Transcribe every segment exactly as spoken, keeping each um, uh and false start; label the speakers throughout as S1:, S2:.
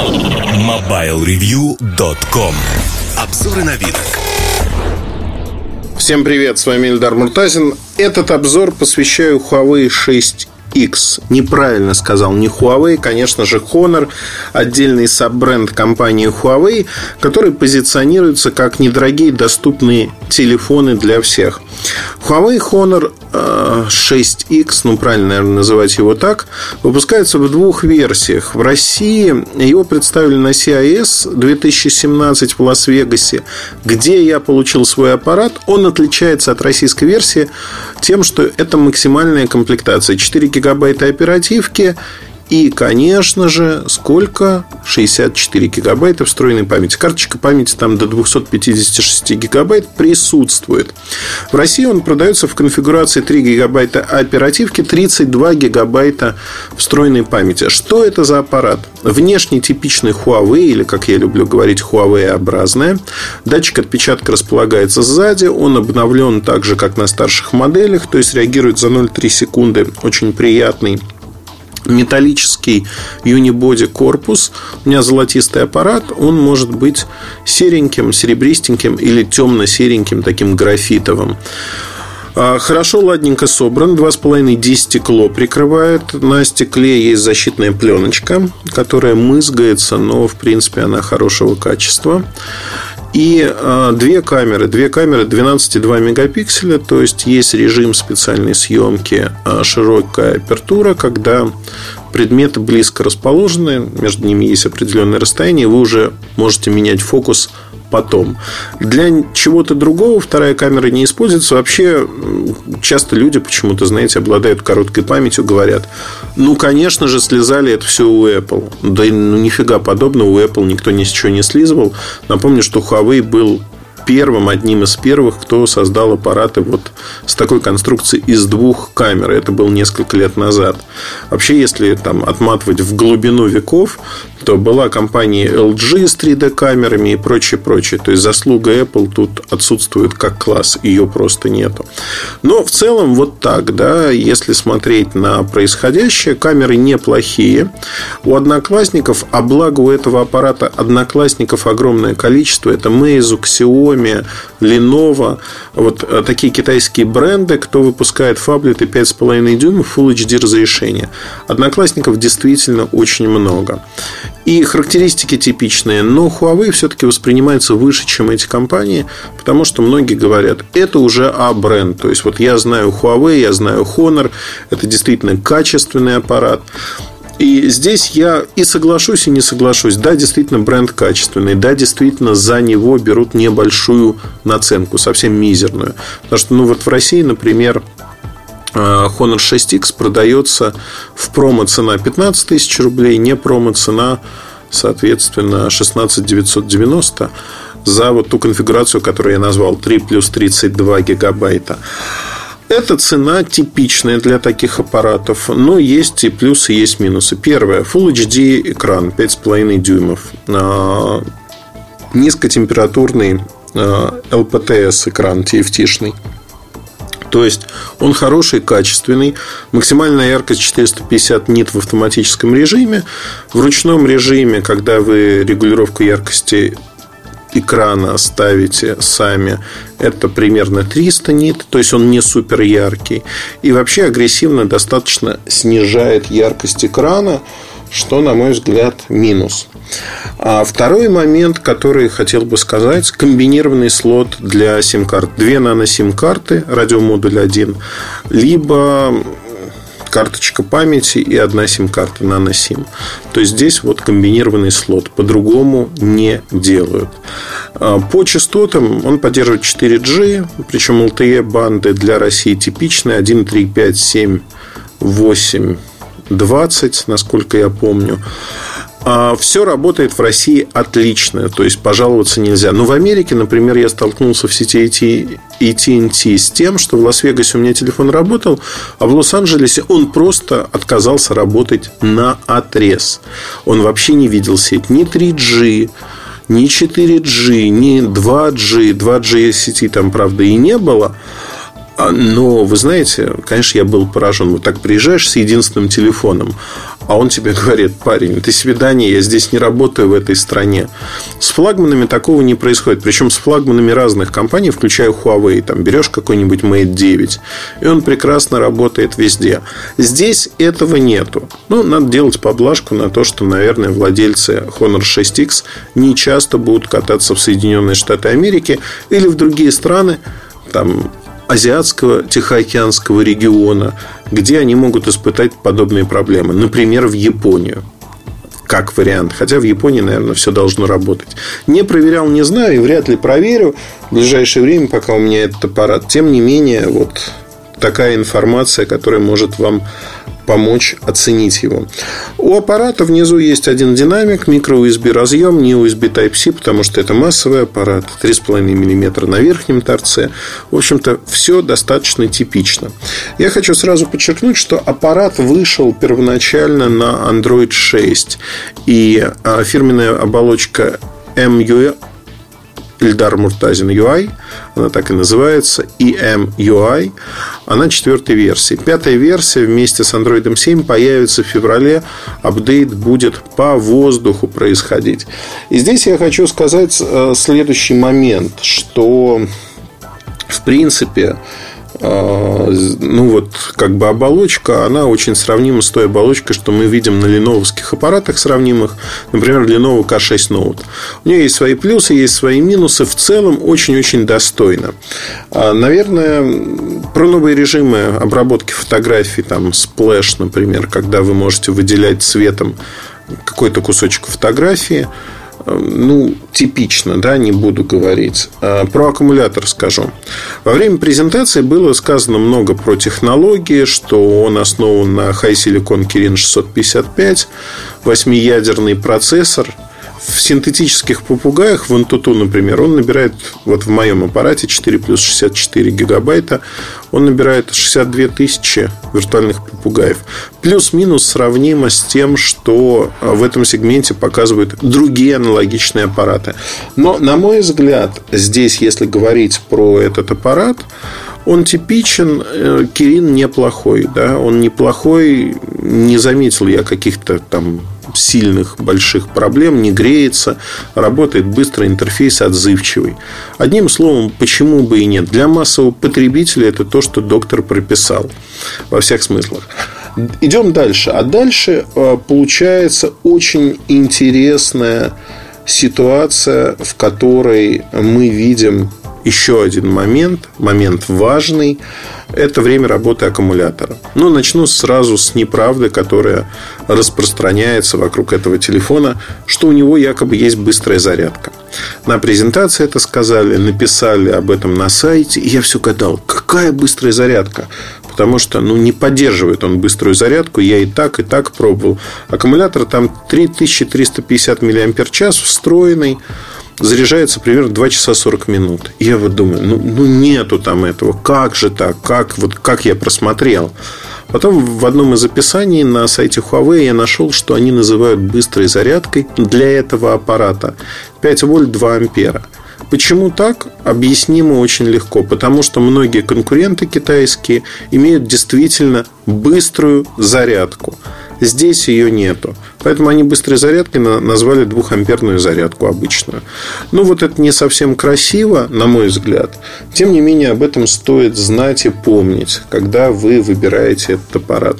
S1: мобайл ревью точка ком. Обзоры новинок.
S2: Всем привет, с вами Эльдар Муртазин. Этот обзор посвящаю Huawei шесть икс. Неправильно сказал, не Huawei, конечно же Honor, отдельный саббренд компании Huawei, который позиционируется как недорогие доступные телефоны для всех. Huawei Honor шесть икс, ну правильно, наверное, называть его так, выпускается в двух версиях. В России его представили на си ай эс две тысячи семнадцать в Лас-Вегасе, где я получил свой аппарат. Он отличается от российской версии тем, что это максимальная комплектация, четыре гигабайта оперативки. И, конечно же, сколько? шестьдесят четыре гигабайта встроенной памяти. Карточка памяти там до двести пятьдесят шесть гигабайт присутствует. В России он продается в конфигурации три гигабайта оперативки, тридцать два гигабайта встроенной памяти. Что это за аппарат? Внешне типичный Huawei, или, как я люблю говорить, Huawei-образная. Датчик отпечатка располагается сзади. Он обновлен так же, как на старших моделях, то есть реагирует за ноль целых три секунды. Очень приятный металлический юнибоди корпус. У меня золотистый аппарат. Он может быть сереньким, серебристеньким или темно-сереньким, таким графитовым. Хорошо, ладненько собран. два с половиной дэ стекло прикрывает. На стекле есть защитная пленочка, которая мызгается, но в принципе она хорошего качества. И э, две камеры, две камеры двенадцать и два мегапикселя, то есть есть режим специальной съемки, э, широкая апертура, когда предметы близко расположены, между ними есть определенное расстояние, вы уже можете менять фокус потом. Для чего-то другого вторая камера не используется. Вообще, часто люди почему-то, знаете, обладают короткой памятью, говорят: ну, конечно же, слезали это все у Apple. Да ну, нифига подобного, у Apple никто ни с чего не слизывал. Напомню, что Huawei был первым, одним из первых, кто создал аппараты вот с такой конструкцией из двух камер. Это было несколько лет назад. Вообще, если там отматывать в глубину веков, то была компания эл джи с три дэ камерами и прочее, прочее. То есть заслуга Apple тут отсутствует как класс, ее просто нету. Но в целом вот так, да, если смотреть на происходящее, камеры неплохие. У одноклассников, а благо у этого аппарата одноклассников огромное количество. Это Meizu, Xiaomi, Lenovo. Вот такие китайские бренды, кто выпускает фаблеты пять с половиной дюймов Full эйч ди разрешения. Одноклассников действительно очень много. И характеристики типичные. Но Huawei все-таки воспринимается выше, чем эти компании, потому что многие говорят, это уже А-бренд. То есть вот я знаю Huawei, я знаю Honor. Это действительно качественный аппарат. И здесь я и соглашусь, и не соглашусь. Да, действительно, бренд качественный. Да, действительно, за него берут небольшую наценку, совсем мизерную. Потому что, ну, вот в России, например, Honor шесть икс продается в промо-цена пятнадцать тысяч рублей, не промо-цена, соответственно, шестнадцать тысяч девятьсот девяносто за вот ту конфигурацию, которую я назвал, три плюс тридцать два гигабайта. Эта цена типичная для таких аппаратов, но есть и плюсы, есть минусы. Первое. Full эйч ди экран пять с половиной дюймов. Низкотемпературный эл пи ти эс экран, ти эф ти-шный. То есть он хороший, качественный. Максимальная яркость четыреста пятьдесят нит в автоматическом режиме. В ручном режиме, когда вы регулировку яркости экрана ставите сами, это примерно триста нит. То есть он не супер яркий. И вообще агрессивно достаточно снижает яркость экрана, что, на мой взгляд, минус. А второй момент, который хотел бы сказать: комбинированный слот для сим-карт. Две нано-сим-карты, радиомодуль один, либо карточка памяти и одна сим-карта нано-сим. То есть здесь вот комбинированный слот. По-другому не делают. По частотам он поддерживает четыре джи, причем эл ти и-банды для России типичные: один, три, пять, семь, восемь, двадцать, насколько я помню. Все работает в России отлично, то есть пожаловаться нельзя. Но в Америке, например, я столкнулся в сети эй ти энд ти с тем, что в Лас-Вегасе у меня телефон работал, а в Лос-Анджелесе он просто отказался работать наотрез. Он вообще не видел сеть ни три джи, ни четыре джи, ни два джи. два джи сети там, правда, и не было. Но, вы знаете, конечно, я был поражен. Вот так приезжаешь с единственным телефоном, а он тебе говорит: парень, ты свидание, я здесь не работаю в этой стране. С флагманами такого не происходит. Причем с флагманами разных компаний, включая Huawei. Там берешь какой-нибудь Мейт девять, и он прекрасно работает везде. Здесь этого нету. Ну, надо делать поблажку на то, что, наверное, владельцы Honor шесть икс не часто будут кататься в Соединенные Штаты Америки или в другие страны, там, азиатского, тихоокеанского региона, где они могут испытать подобные проблемы. Например, в Японию. Как вариант. Хотя в Японии, наверное, все должно работать. Не проверял, не знаю, и вряд ли проверю в ближайшее время, пока у меня этот аппарат. Тем не менее, вот такая информация, которая может вам помочь оценить его. У аппарата внизу есть один динамик, микро-ю эс би разъем, не ю эс би Type-C, потому что это массовый аппарат, три с половиной миллиметра на верхнем торце. В общем-то, все достаточно типично. Я хочу сразу подчеркнуть, что аппарат вышел первоначально на Android шесть, и фирменная оболочка эм ю ай, Эльдар Муртазин ю ай, она так и называется, и эм ю ай, она четвертой версии. Пятая версия вместе с Android семь появится в феврале. Апдейт будет по воздуху происходить. И здесь я хочу сказать следующий момент, что в принципе, ну вот, как бы оболочка, она очень сравнима с той оболочкой, что мы видим на леновских аппаратах сравнимых. Например, Lenovo ка шесть Note. У нее есть свои плюсы, есть свои минусы. В целом очень-очень достойно. Наверное, про новые режимы обработки фотографий, там, Splash, например, когда вы можете выделять цветом какой-то кусочек фотографии, ну, типично, да, не буду говорить. Про аккумулятор скажу. Во время презентации было сказано много про технологии, что он основан на High Silicon Kirin шестьсот пятьдесят пять, восьмиядерный процессор. В синтетических попугаях, в Antutu, например, он набирает, вот в моем аппарате четыре плюс шестьдесят четыре гигабайта, он набирает шестьдесят две тысячи виртуальных попугаев. Плюс-минус сравнимо с тем, что в этом сегменте показывают другие аналогичные аппараты. Но, на мой взгляд, здесь, если говорить про этот аппарат, он типичен. Kirin неплохой, да? Он неплохой. Не заметил я каких-то там сильных, больших проблем, не греется, работает быстро, интерфейс отзывчивый. Одним словом, почему бы и нет? Для массового потребителя это то, что доктор прописал во всех смыслах. Идем дальше. А дальше получается очень интересная ситуация, в которой мы видим еще один момент, момент важный. Это время работы аккумулятора. Но начну сразу с неправды, которая распространяется вокруг этого телефона, что у него якобы есть быстрая зарядка. На презентации это сказали, написали об этом на сайте. И я все гадал, какая быстрая зарядка? Потому что, ну, не поддерживает он быструю зарядку. Я и так, и так пробовал. Аккумулятор там три тысячи триста пятьдесят миллиампер-час встроенный. Заряжается примерно два часа сорок минут. И я вот думаю, ну, ну нету там этого. Как же так? Как, вот, как я просмотрел? Потом в одном из описаний на сайте Huawei я нашел, что они называют быстрой зарядкой для этого аппарата пять вольт два ампера. Почему так? Объяснимо очень легко. Потому что многие конкуренты китайские имеют действительно быструю зарядку. Здесь ее нету. Поэтому они быстрой зарядкой назвали двухамперную зарядку обычную. Ну, вот это не совсем красиво, на мой взгляд. Тем не менее, об этом стоит знать и помнить, когда вы выбираете этот аппарат.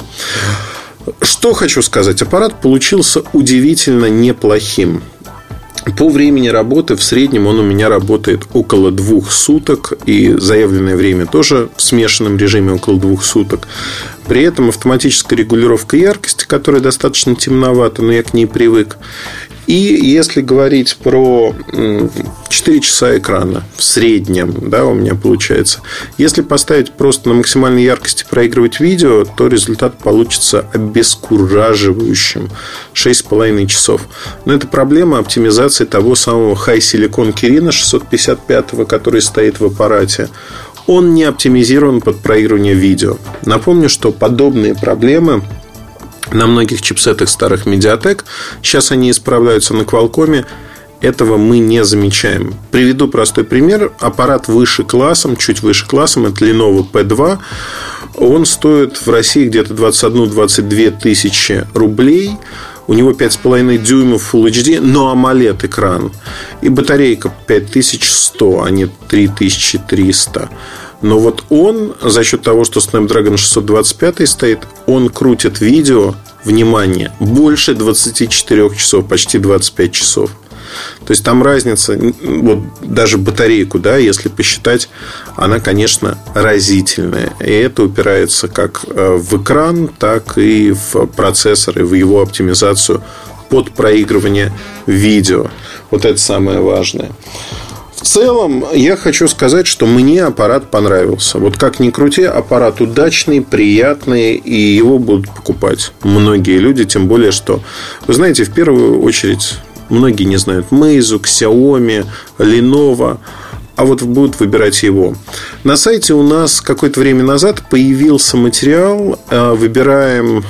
S2: Что хочу сказать. Аппарат получился удивительно неплохим. По времени работы в среднем он у меня работает около двух суток. И заявленное время тоже в смешанном режиме около двух суток. При этом автоматическая регулировка яркости, которая достаточно темновата, но я к ней привык. И если говорить про четыре часа экрана в среднем, да, у меня получается. Если поставить просто на максимальной яркости проигрывать видео, то результат получится обескураживающим. шесть с половиной часов. Но это проблема оптимизации того самого High Silicon Kirin шестьсот пятьдесят пять, который стоит в аппарате. Он не оптимизирован под проигрывание видео. Напомню, что подобные проблемы на многих чипсетах старых Mediatek, сейчас они исправляются на Qualcomm, этого мы не замечаем. Приведу простой пример. Аппарат выше классом, чуть выше классом, это Lenovo пи два. Он стоит в России где-то двадцать одна - двадцать две тысячи рублей. У него пять с половиной дюймов Full эйч ди, но AMOLED экран. И батарейка пять тысяч сто, а не три тысячи триста. Но вот он, за счет того, что Snapdragon шестьсот двадцать пять стоит, он крутит видео, внимание, больше двадцати четырёх часов, почти двадцать пять часов. То есть там разница, вот даже батарейку, да, если посчитать, она, конечно, разительная. И это упирается как в экран, так и в процессор, и в его оптимизацию под проигрывание видео. Вот это самое важное. В целом, я хочу сказать, что мне аппарат понравился. Вот как ни крути, аппарат удачный, приятный, и его будут покупать многие люди. Тем более, что, вы знаете, в первую очередь, многие не знают Meizu, Xiaomi, Lenovo, а вот будут выбирать его. На сайте у нас какое-то время назад появился материал. Выбираем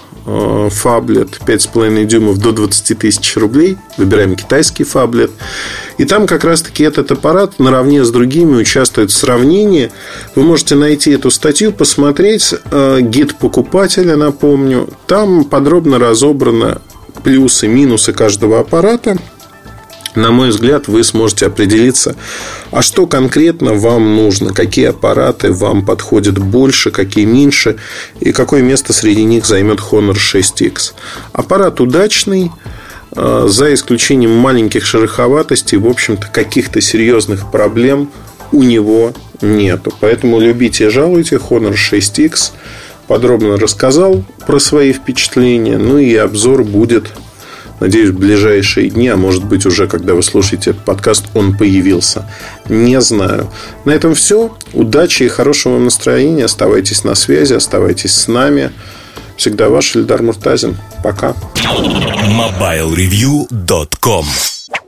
S2: фаблет пять с половиной дюймов до двадцати тысяч рублей. Выбираем китайский фаблет. И там как раз-таки этот аппарат наравне с другими участвует в сравнении. Вы можете найти эту статью, посмотреть. Гид покупателя, напомню. Там подробно разобрано плюсы, минусы каждого аппарата. На мой взгляд, вы сможете определиться, а что конкретно вам нужно, какие аппараты вам подходят больше, какие меньше, и какое место среди них займет Honor шесть икс. Аппарат удачный, за исключением маленьких шероховатостей, в общем-то, каких-то серьезных проблем у него нету. Поэтому любите и жалуйте. Honor шесть икс. Подробно рассказал про свои впечатления. Ну и обзор будет, надеюсь, в ближайшие дни. А может быть уже, когда вы слушаете этот подкаст, он появился. Не знаю. На этом все. Удачи и хорошего вам настроения. Оставайтесь на связи, оставайтесь с нами. Всегда ваш Ильдар Муртазин. Пока.
S1: мобайл ревью точка ком